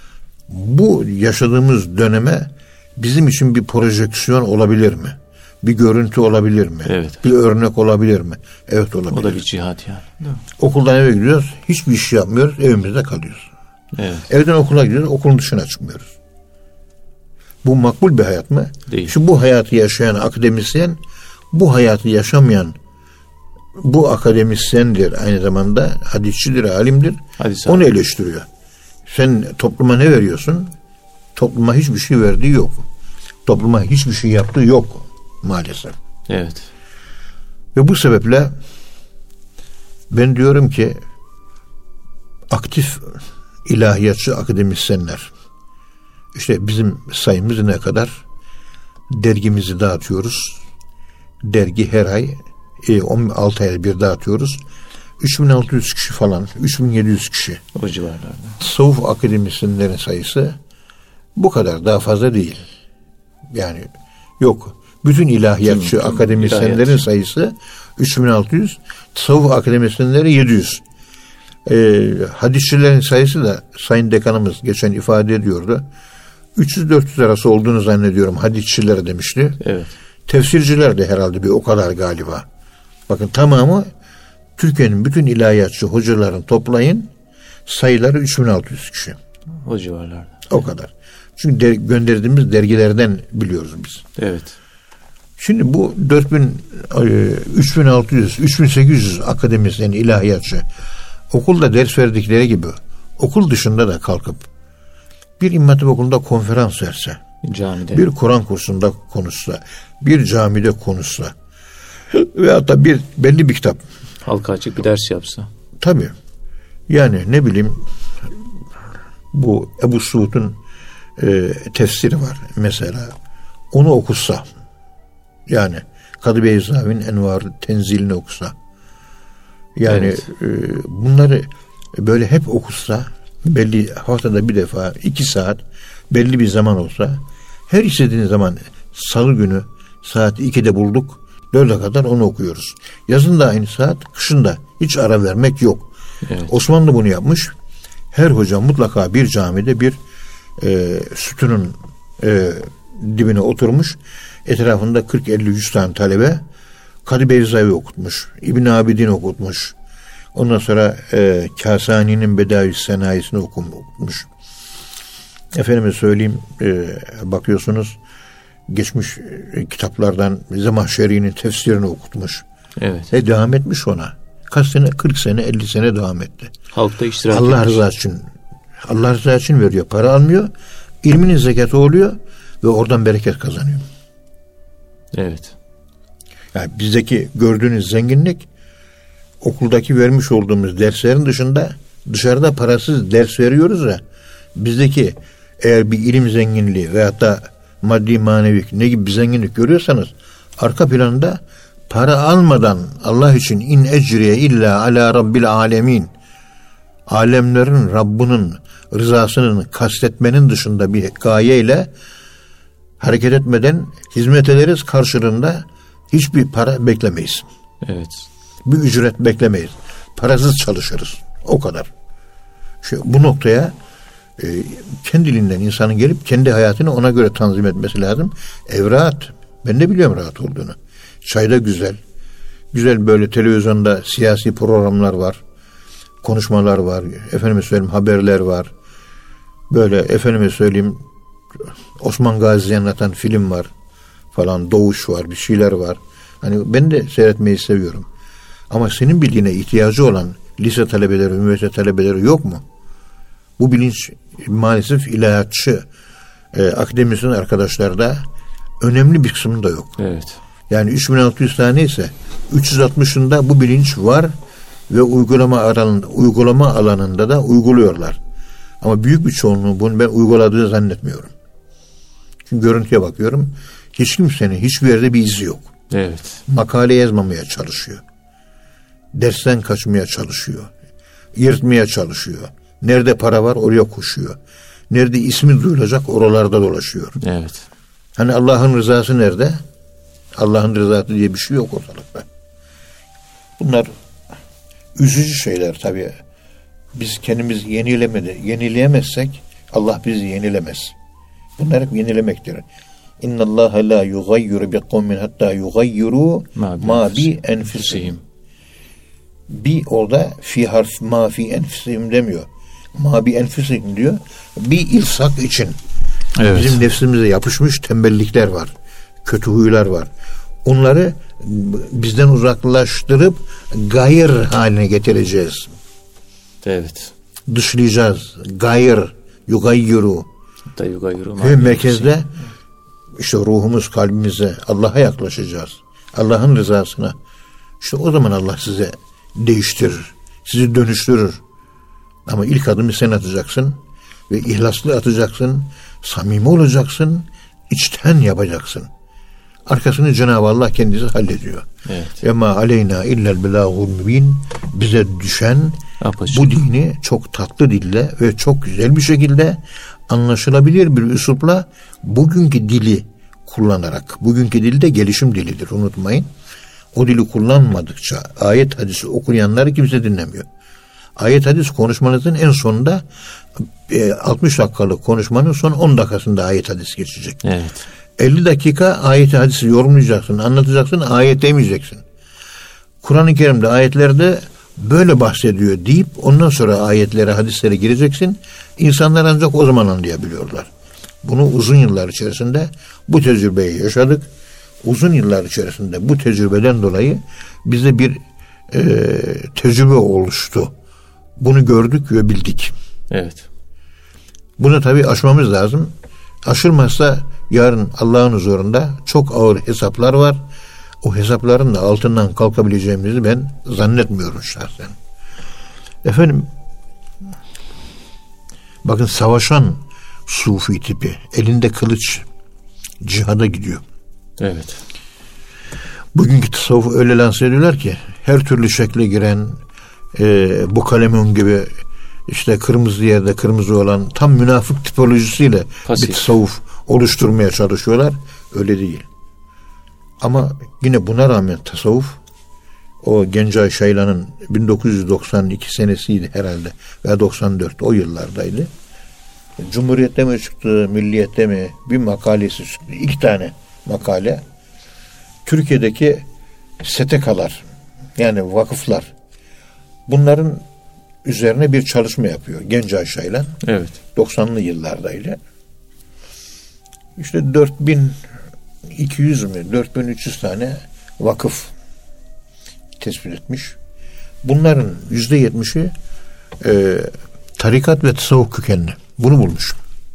Bu yaşadığımız döneme bizim için bir projeksiyon olabilir mi? Bir görüntü olabilir mi? Evet. Bir örnek olabilir mi? Evet olabilir. O da bir cihat yani. Değil mi? Okuldan eve gidiyoruz, hiçbir iş yapmıyoruz, evimizde kalıyoruz. Evet. Evden okula gidiyoruz, okulun dışına çıkmıyoruz. Bu makbul bir hayat mı? Değil. Şu bu hayatı yaşayan akademisyen, bu hayatı yaşamayan bu akademisyendir, aynı zamanda hadisçidir, alimdir. Onu eleştiriyor. Sen topluma ne veriyorsun? Topluma hiçbir şey verdiği yok. Topluma hiçbir şey yaptığı yok maalesef. Evet. Ve bu sebeple ben diyorum ki aktif ilahiyatçı akademisyenler, işte bizim sayımız ne kadar? Dergimizi dağıtıyoruz. Dergi her ay 16 ay bir dağıtıyoruz. 3600 kişi falan, 3700 kişi. O civarlarda. Tasavvuf akademisyenlerin sayısı bu kadar, daha fazla değil. Yani yok. Bütün ilahiyatçı akademisyenlerin sayısı 3600, tasavvuf akademisyenleri 700. Hadisçilerin sayısı da Sayın Dekanımız geçen ifade ediyordu. 300-400 arası olduğunu zannediyorum, hadisçiler demişti. Evet. Tefsirciler de herhalde bir o kadar galiba. Bakın tamamı Türkiye'nin bütün ilahiyatçı hocaların toplayın, sayıları 3600 kişi. O civarlarda. O kadar. Çünkü gönderdiğimiz dergilerden biliyoruz biz. Evet. Şimdi bu 3600, 3800 akademisyen ilahiyatçı okulda ders verdikleri gibi okul dışında da kalkıp bir İmam Hatip Okulu'nda konferans verse, camide, bir Kur'an kursunda konuşsa, bir camide konuşsa ve hatta bir belli bir kitap halka açık bir ders yapsa. Tabii. Yani ne bileyim, bu Ebu Suud'un tefsiri var mesela. Onu okusa, yani Kadı Beyzavi'nin Envar Tenzilini okusa, yani evet, bunları böyle hep okusa, belli haftada bir defa 2 saat belli bir zaman olsa, her istediğin zaman salı günü saat 2'de bulduk, 4'e kadar onu okuyoruz. Yazın da aynı saat, kışın da hiç ara vermek yok. Evet. Osmanlı bunu yapmış. Her hoca mutlaka bir camide bir sütunun dibine oturmuş. Etrafında 40-50-100 tane talebe Kadı Beyzavi okutmuş. İbn Abidin okutmuş. Ondan sonra Kasani'nin Bedavi Senayisini okutmuş. Efendime söyleyeyim, bakıyorsunuz geçmiş kitaplardan Zemahşeri'nin tefsirini okutmuş. Evet. Devam etmiş ona. Kaç sene? 40 sene, 50 sene devam etti. Halkta iştirak Allah rızası için veriyor. Para almıyor. İlminin zekatı oluyor ve oradan bereket kazanıyor. Evet. Yani bizdeki gördüğünüz zenginlik okuldaki vermiş olduğumuz derslerin dışında dışarıda parasız ders veriyoruz ya, bizdeki eğer bir ilim zenginliği veyahut da maddi manevi ne gibi bir zenginlik görüyorsanız arka planda para almadan Allah için in ecriye illa ala rabbil alemin, alemlerin Rabbinin rızasının kastetmenin dışında bir gayeyle hareket etmeden hizmet ederiz, karşılığında hiçbir para beklemeyiz. Evet. Bir ücret beklemeyiz. Parasız çalışırız. O kadar. Bu noktaya kendiliğinden insanın gelip kendi hayatını ona göre tanzim etmesi lazım. Ev rahat. Ben de biliyorum rahat olduğunu. Çayda güzel. Güzel böyle televizyonda siyasi programlar var. Konuşmalar var. Efendime söyleyeyim haberler var. Böyle efendime söyleyeyim Osman Gazi'yi anlatan film var falan, Doğuş var, bir şeyler var. Hani ben de seyretmeyi seviyorum. Ama senin bildiğine ihtiyacı olan lise talebeleri, üniversite talebeleri yok mu? Bu bilinç maalesef ilahiyatçı akademisyen arkadaşlarda önemli bir kısmında yok. Evet. Yani 3600 tane ise 360'ında bu bilinç var ve uygulama alanında da uyguluyorlar. Ama büyük bir çoğunluğu bunu ben uyguladığını zannetmiyorum. Çünkü görüntüye bakıyorum. Hiç kimsenin hiçbir yerde bir izi yok. Evet. Makale yazmamaya çalışıyor. Dersten kaçmaya çalışıyor. Yırtmaya çalışıyor. Nerede para var oraya koşuyor. Nerede ismi duyulacak oralarda dolaşıyor. Evet. Hani Allah'ın rızası nerede? Allah'ın rızası diye bir şey yok ortalıkta. Bunlar üzücü şeyler tabii. Biz kendimiz yenileyemezsek Allah bizi yenilemez. Bunlar hep yenilemektir. İnna Allah la yugayyiru bi kavmin hatta yugayyiru ma bi enfusihim. Bir orada fi harf ma fi enfusihim demiyor. Ma bi enfusihim diyor. Bir ilsak için. Evet. Bizim nefsimize yapışmış tembellikler var. Kötü huylar var. Onları bizden uzaklaştırıp gayr haline getireceğiz. Evet. Dışlayacağız. Gayr, yugayyiru. Ve merkezde işte ruhumuz, kalbimize Allah'a yaklaşacağız. Allah'ın rızasına. İşte o zaman Allah size değiştirir. Sizi dönüştürür. Ama ilk adımı sen atacaksın ve ihlaslı atacaksın. Samimi olacaksın. İçten yapacaksın. Arkasını Cenab-ı Allah kendisi hallediyor. Evet. Ema aleyna illel belâhul mübin, bize düşen bu dini çok tatlı dille ve çok güzel bir şekilde anlaşılabilir bir üslupla bugünkü dili kullanarak, bugünkü dil de gelişim dilidir, unutmayın. O dili kullanmadıkça ayet hadisi okuyanları kimse dinlemiyor. Ayet hadis konuşmanızın en sonunda 60 dakikalık konuşmanın son 10 dakikasında ayet hadis geçecek. Evet. 50 dakika ayet hadisi yorumlayacaksın, anlatacaksın, ayet demeyeceksin. Kur'an-ı Kerim'de ayetlerde böyle bahsediyor deyip ondan sonra ayetlere, hadislere gireceksin. İnsanlar ancak o zaman anlayabiliyorlar. Bunu uzun yıllar içerisinde bu tecrübeyi yaşadık. Uzun yıllar içerisinde bu tecrübeden dolayı bize bir tecrübe oluştu. Bunu gördük ve bildik. Evet. Bunu tabii aşmamız lazım. Aşılmazsa yarın Allah'ın huzurunda çok ağır hesaplar var. O hesapların da altından kalkabileceğimizi ben zannetmiyorum şahsen. Efendim, bakın savaşan sufi tipi, elinde kılıç, cihada gidiyor. Evet. Bugünkü tasavvufu öyle lanse ediyorlar ki her türlü şekle giren bu kalemun gibi işte kırmızı yerde kırmızı olan tam münafık tipolojisiyle pasif bir tasavvuf oluşturmaya çalışıyorlar. Öyle değil. Ama yine buna rağmen tasavvuf o Gencay Şaylan'ın 1992 senesiydi herhalde veya 94 o yıllardaydı. Cumhuriyet'te mi çıktı, Milliyet'te mi bir makalesi çıktı. 2 tane makale. Türkiye'deki STK'lar yani vakıflar bunların üzerine bir çalışma yapıyor Gencay Şaylan. Evet. 90'lı yıllardaydı. İşte 4000 4200 mü 4300 tane vakıf tespit etmiş. Bunların %70'i tarikat ve tasavvuf kökenli. Bunu bulmuş.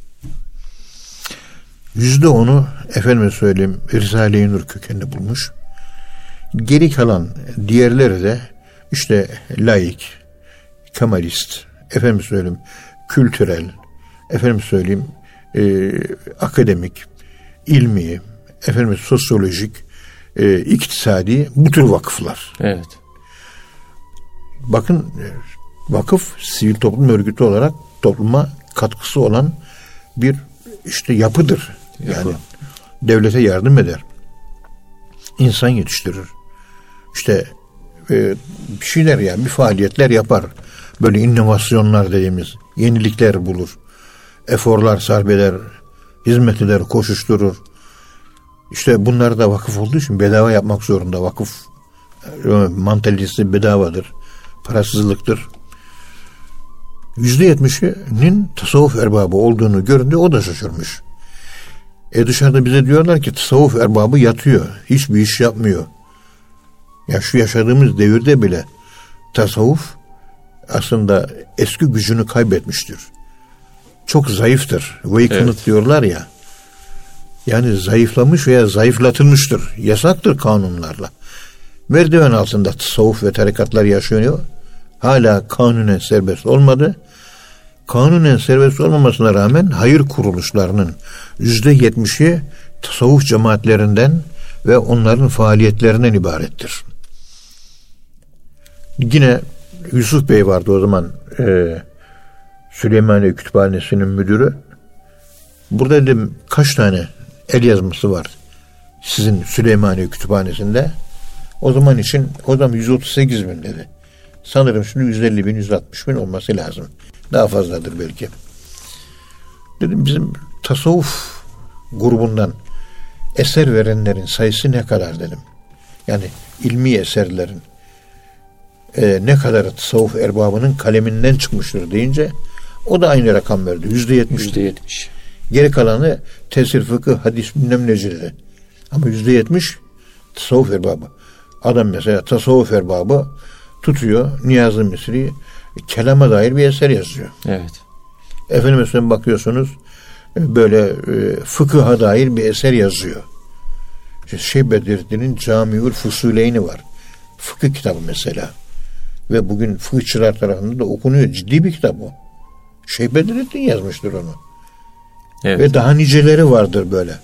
%10'u efendime söyleyeyim Risale-i Nur kökenli bulmuş. Geri kalan diğerleri de işte laik, kemalist, efendim söyleyeyim kültürel, efendim söyleyeyim akademik, ilmi, efendim sosyolojik, iktisadi bu tür vakıflar. Evet. Bakın vakıf sivil toplum örgütü olarak topluma katkısı olan bir işte yapıdır. Yani devlete yardım eder. İnsan yetiştirir. İşte bir şeyler bir faaliyetler yapar. Böyle inovasyonlar dediğimiz yenilikler bulur. Eforlar sarf eder. Hizmet eder, koşuşturur. İşte bunlar da vakıf olduğu için bedava yapmak zorunda. Vakıf mantalitesi bedavadır. Parasızlıktır. %70'inin tasavvuf erbabı olduğunu görünce o da şaşırmış. Dışarıda bize diyorlar ki tasavvuf erbabı yatıyor. Hiçbir iş yapmıyor. Ya şu yaşadığımız devirde bile tasavvuf aslında eski gücünü kaybetmiştir. Çok zayıftır. Weakened diyorlar ya. Yani zayıflamış veya zayıflatılmıştır. Yasaktır kanunlarla. Merdiven altında tasavvuf ve tarikatlar yaşıyor. Hala kanunen serbest olmadı. Kanunen serbest olmamasına rağmen hayır kuruluşlarının %70'i tasavvuf cemaatlerinden ve onların faaliyetlerinden ibarettir. Yine Yusuf Bey vardı o zaman Süleymaniye Kütüphanesi'nin müdürü. Burada dedim kaç tane el yazması var sizin Süleymaniye Kütüphanesi'nde? O zaman 138 bin dedi. Sanırım şimdi 150 bin, 160 bin olması lazım. Daha fazladır belki. Dedim bizim tasavvuf grubundan eser verenlerin sayısı ne kadar dedim. Yani ilmi eserlerin ne kadar tasavvuf erbabının kaleminden çıkmıştır deyince o da aynı rakam verdi. %70. Geri kalanı tefsir, fıkıh, hadis bilmem neci dedi. Ama %70 tasavvuf erbabı. Adam mesela tasavvuf erbabı tutuyor Niyazi Misri kelama dair bir eser yazıyor. Evet. Efendim mesela bakıyorsunuz böyle fıkıha dair bir eser yazıyor. İşte Şeyh Bedrettin'in Camiül Fusuleyni var. Fıkıh kitabı mesela. Ve bugün fıkıhçılar tarafından da okunuyor. Ciddi bir kitap o. Şeyh Bedrettin yazmıştır onu. Evet. Ve daha niceleri vardır böyle.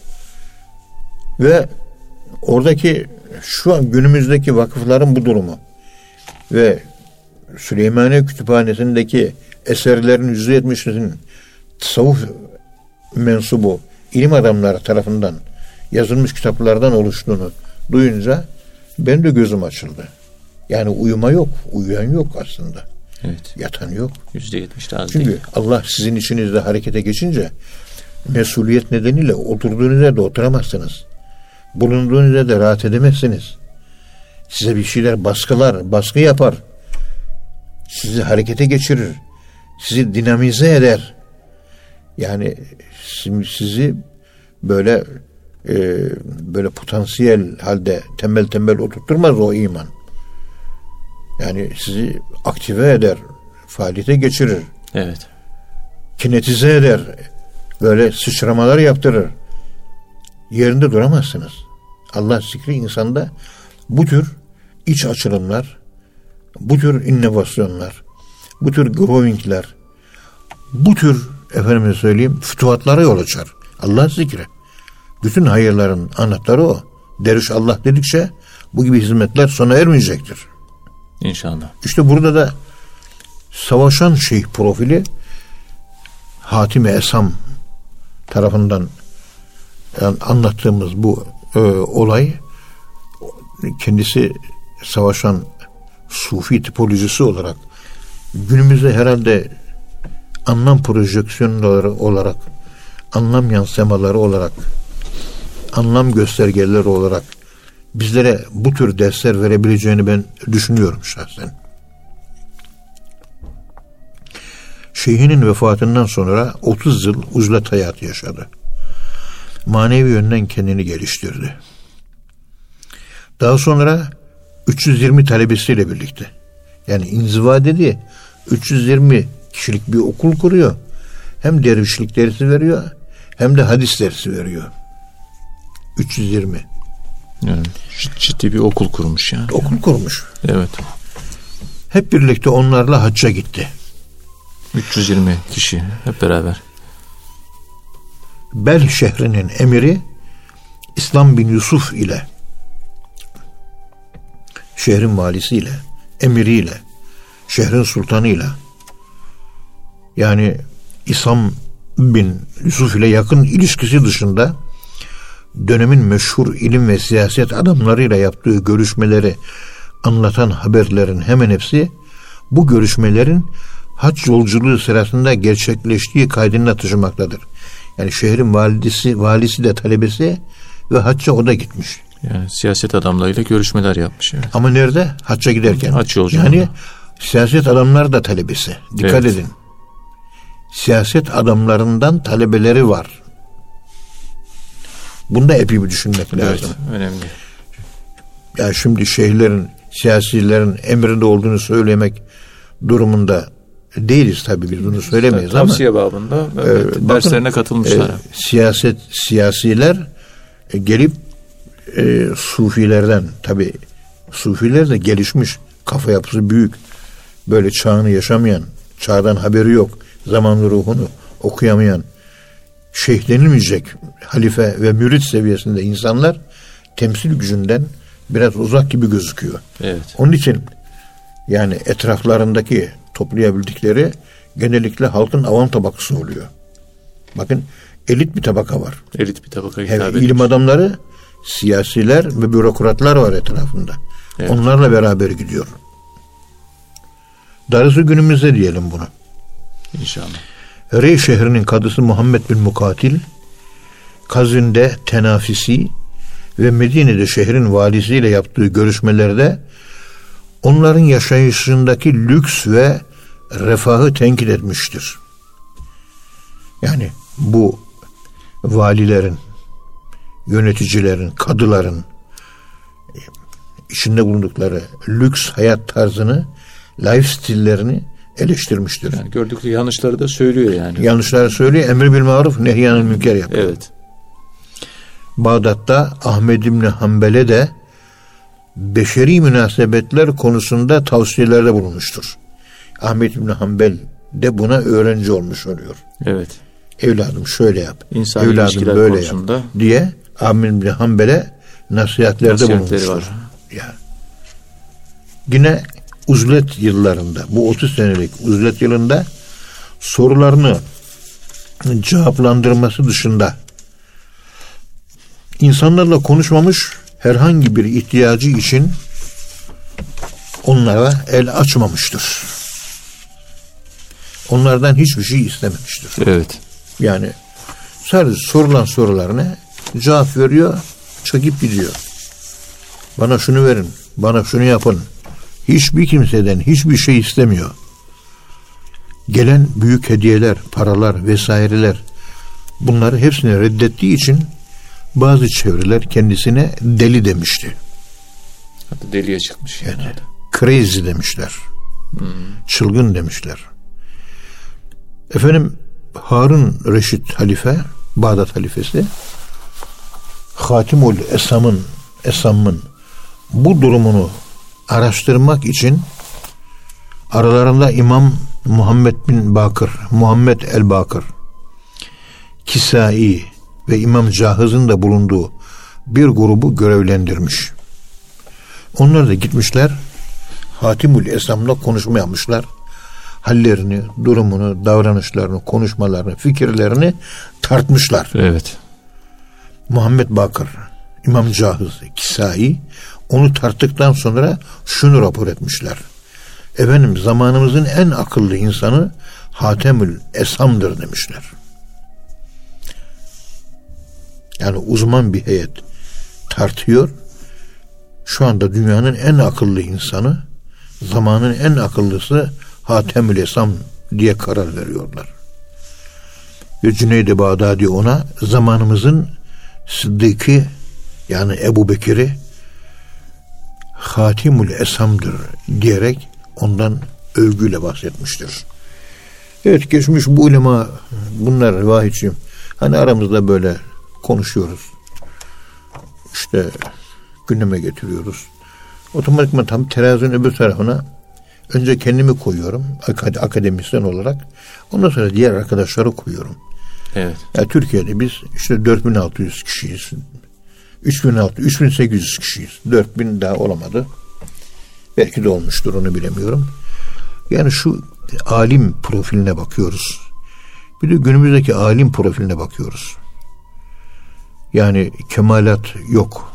Ve oradaki şu an günümüzdeki vakıfların bu durumu ve Süleymaniye Kütüphanesi'ndeki eserlerin %70'inin tasavvuf mensubu ilim adamları tarafından yazılmış kitaplardan oluştuğunu duyunca benim de gözüm açıldı. Yani uyuma yok, uyuyan yok aslında. Evet. Yatan yok. %70 az Çünkü değil. Allah sizin içinizde harekete geçince mesuliyet nedeniyle oturduğunuz yerde oturamazsınız. Bulunduğunuz yerde rahat edemezsiniz. Size bir şeyler baskı yapar. Sizi harekete geçirir. Sizi dinamize eder. Yani sizi böyle potansiyel halde tembel oturtturmaz o iman. Yani sizi aktive eder, faaliyete geçirir. Evet. Kinetize eder. Böyle sıçramalar yaptırır. Yerinde duramazsınız. Allah zikri insanda bu tür iç açılımlar, bu tür inovasyonlar, bu tür growingler, bu tür efendime söyleyeyim fütuhatlara yol açar. Allah zikri. Bütün hayırların anahtarı o. Derviş Allah dedikçe bu gibi hizmetler sona ermeyecektir. İnşallah. İşte burada da savaşan şeyh profili Hatim-i Esam tarafından anlattığımız bu olay kendisi savaşan sufi tipolojisi olarak günümüzde herhalde anlam projeksiyonları olarak, anlam yansımaları olarak, anlam göstergeleri olarak bizlere bu tür dersler verebileceğini ben düşünüyorum şahsen. Şeyhinin vefatından sonra 30 yıl uzlet hayatı yaşadı. manevi yönden kendini geliştirdi. Daha sonra 320 talebesiyle birlikte, yani inziva dedi, 320 kişilik bir okul kuruyor. Hem dervişlik dersi veriyor, hem de hadis dersi veriyor. 320. Yani ciddi bir okul kurmuş yani. Okul kurmuş. Evet. Hep birlikte onlarla hacca gitti. 320 kişi hep beraber. Bel şehrinin emiri İslam bin Yusuf ile, şehrin valisiyle, emiriyle, şehrin sultanıyla, yani İslam bin Yusuf ile yakın ilişkisi dışında dönemin meşhur ilim ve siyaset adamlarıyla yaptığı görüşmeleri anlatan haberlerin hemen hepsi bu görüşmelerin hac yolculuğu sırasında gerçekleştiği kaydına taşımaktadır. Yani şehrin valisi de talebesi ve hacca o da gitmiş. Yani siyaset adamlarıyla görüşmeler yapmış. Evet. Ama nerede? Hacca giderken. Hac yolculuğunda. Yani siyaset adamları da talebesi. Dikkat edin. Siyaset adamlarından talebeleri var. Bunda epey bir düşünmek lazım. Evet, önemli. Yani şimdi şeyhlerin, siyasilerin emrinde olduğunu söylemek durumunda değiliz tabii, biz bunu söylemeyiz ama. Tavsiye babında derslerine katılmışlar. Siyasiler gelip sufilerden, tabii sufiler de gelişmiş, kafa yapısı büyük, böyle çağını yaşamayan, çağdan haberi yok, zamanın ruhunu okuyamayan, şeyh denilmeyecek halife ve mürit seviyesinde insanlar temsil gücünden biraz uzak gibi gözüküyor. Evet. Onun için yani etraflarındaki toplayabildikleri genellikle halkın avam tabakası oluyor. Bakın, elit bir tabaka var. Elit bir tabaka hitap Evet, etmiş. ilim adamları, siyasiler ve bürokratlar var etrafında. Evet. Onlarla beraber gidiyor. Darısı günümüzde diyelim bunu. İnşallah. Rey şehrinin kadısı Muhammed bin Mukatil, Kazin'de tenafisi ve Medine'de şehrin valisiyle yaptığı görüşmelerde onların yaşayışındaki lüks ve refahı tenkit etmiştir. Yani bu valilerin, yöneticilerin, kadıların içinde bulundukları lüks hayat tarzını, life stillerini eleştirmiştir. Yani gördükleri yanlışları da söylüyor yani. Yanlışları söylüyor, emir bil maruf, nehyanil münker yapıyor. Evet. Bağdat'ta Ahmed İbni Hanbel'e de beşeri münasebetler konusunda tavsiyelerde bulunmuştur. Ahmed İbni Hanbel de buna öğrenci olmuş oluyor. Evet. Evladım şöyle yap, İnsan evladım ilişkiler böyle konusunda yap diye Ahmed İbni Hanbel'e nasihatlerde bulunmuştur. var. Yani. Yine uzlet yıllarında, bu 30 senelik uzlet yılında sorularını cevaplandırması dışında insanlarla konuşmamış, herhangi bir ihtiyacı için onlara el açmamıştır. Onlardan hiçbir şey istememiştir. Evet. Yani sadece sorulan sorularına cevap veriyor, çekip gidiyor. Bana şunu verin, bana şunu yapın. Hiçbir kimseden hiçbir şey istemiyor. Gelen büyük hediyeler, paralar vesaireler, bunları hepsini reddettiği için bazı çevreler kendisine deli demişti. Hatta deliye çıkmış. Yani crazy demişler. Çılgın demişler. Efendim, Harun Reşit halife, Bağdat halifesi, Hatimul Esam'ın bu durumunu araştırmak için aralarında İmam Muhammed el Bakır, Kisai ve İmam Cahız'ın da bulunduğu bir grubu görevlendirmiş. Onlar da gitmişler, Hatimul Esam'la konuşma yapmışlar. Hallerini, durumunu, davranışlarını, konuşmalarını, fikirlerini tartmışlar. Evet. Muhammed Bakır, İmam Cahız, Kisai onu tarttıktan sonra şunu rapor etmişler. Efendim, zamanımızın en akıllı insanı Hatemül Esam'dır demişler. Yani uzman bir heyet tartıyor. Şu anda dünyanın en akıllı insanı, zamanın en akıllısı Hatemül Esam diye karar veriyorlar. Ve Cüneyd-i Bağdadi ona zamanımızın Sıddık'ı yani Ebu Bekir'i Hatimul Esam'dır diyerek ondan övgüyle bahsetmiştir. Evet, geçmiş bu ulema, bunlar rivayetçiyim. Hani aramızda böyle konuşuyoruz. İşte gündeme getiriyoruz. Otomatikman tam terazinin öbür tarafına önce kendimi koyuyorum akademisyen olarak. Ondan sonra diğer arkadaşları koyuyorum. Evet. Yani Türkiye'de biz işte 4600 kişiyiz. 3800 kişiyiz. 4000 daha olamadı. Belki de olmuştur, onu bilemiyorum. Yani şu alim profiline bakıyoruz. Bir de günümüzdeki alim profiline bakıyoruz. Yani kemalat yok.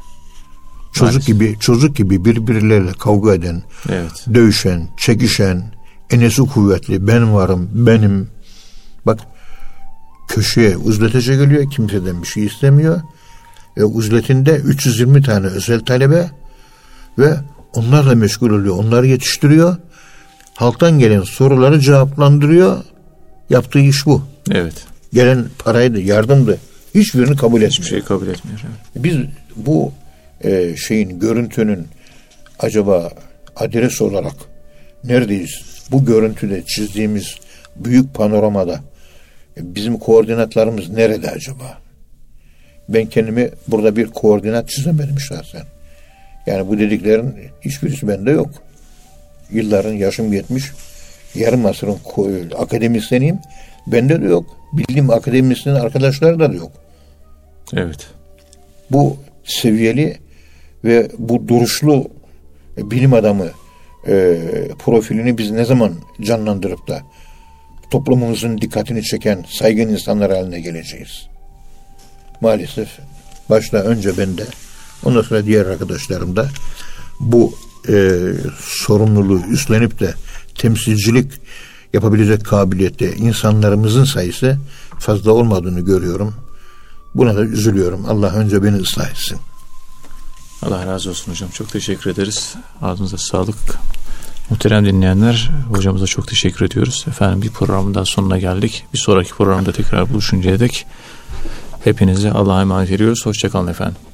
Çocuk gibi birbirleriyle kavga eden, evet, dövüşen, çekişen, enesi kuvvetli, ben varım, benim. Bak, köşeye uzlete çekiliyor, kimseden bir şey istemiyor. Ve uzletinde 320 tane özel talebe ve onlarla meşgul oluyor. Onları yetiştiriyor. Halktan gelen soruları cevaplandırıyor. Yaptığı iş bu. Evet. Gelen paraydı, yardımdı. Hiçbirini kabul etmiyor. Hiçbir şey kabul etmiyor. Evet. Biz bu görüntünün acaba adres olarak neredeyiz? Bu görüntüde çizdiğimiz büyük panoramada bizim koordinatlarımız nerede acaba? Ben kendimi burada bir koordinat çizemedim şahsen. Yani bu dediklerin hiçbirisi bende yok. Yılların, yaşım 70. Yarım asırın akademisyeniyim. Bende de yok. Bildiğim akademisyen arkadaşlar da yok. Evet. Bu seviyeli ve bu duruşlu bilim adamı profilini biz ne zaman canlandırıp da toplumumuzun dikkatini çeken saygın insanlar haline geleceğiz? Maalesef başta önce bende, ondan sonra diğer arkadaşlarım da bu sorumluluğu üstlenip de temsilcilik yapabilecek kabiliyette insanlarımızın sayısı fazla olmadığını görüyorum. Buna da üzülüyorum. Allah önce beni ıslah etsin. Allah razı olsun hocam. Çok teşekkür ederiz. Ağzınıza sağlık. Muhterem dinleyenler, hocamıza çok teşekkür ediyoruz. Efendim, bir programın daha sonuna geldik. Bir sonraki programda tekrar buluşuncaya dek hepinize Allah'a emanet ediyoruz. Hoşça kalın efendim.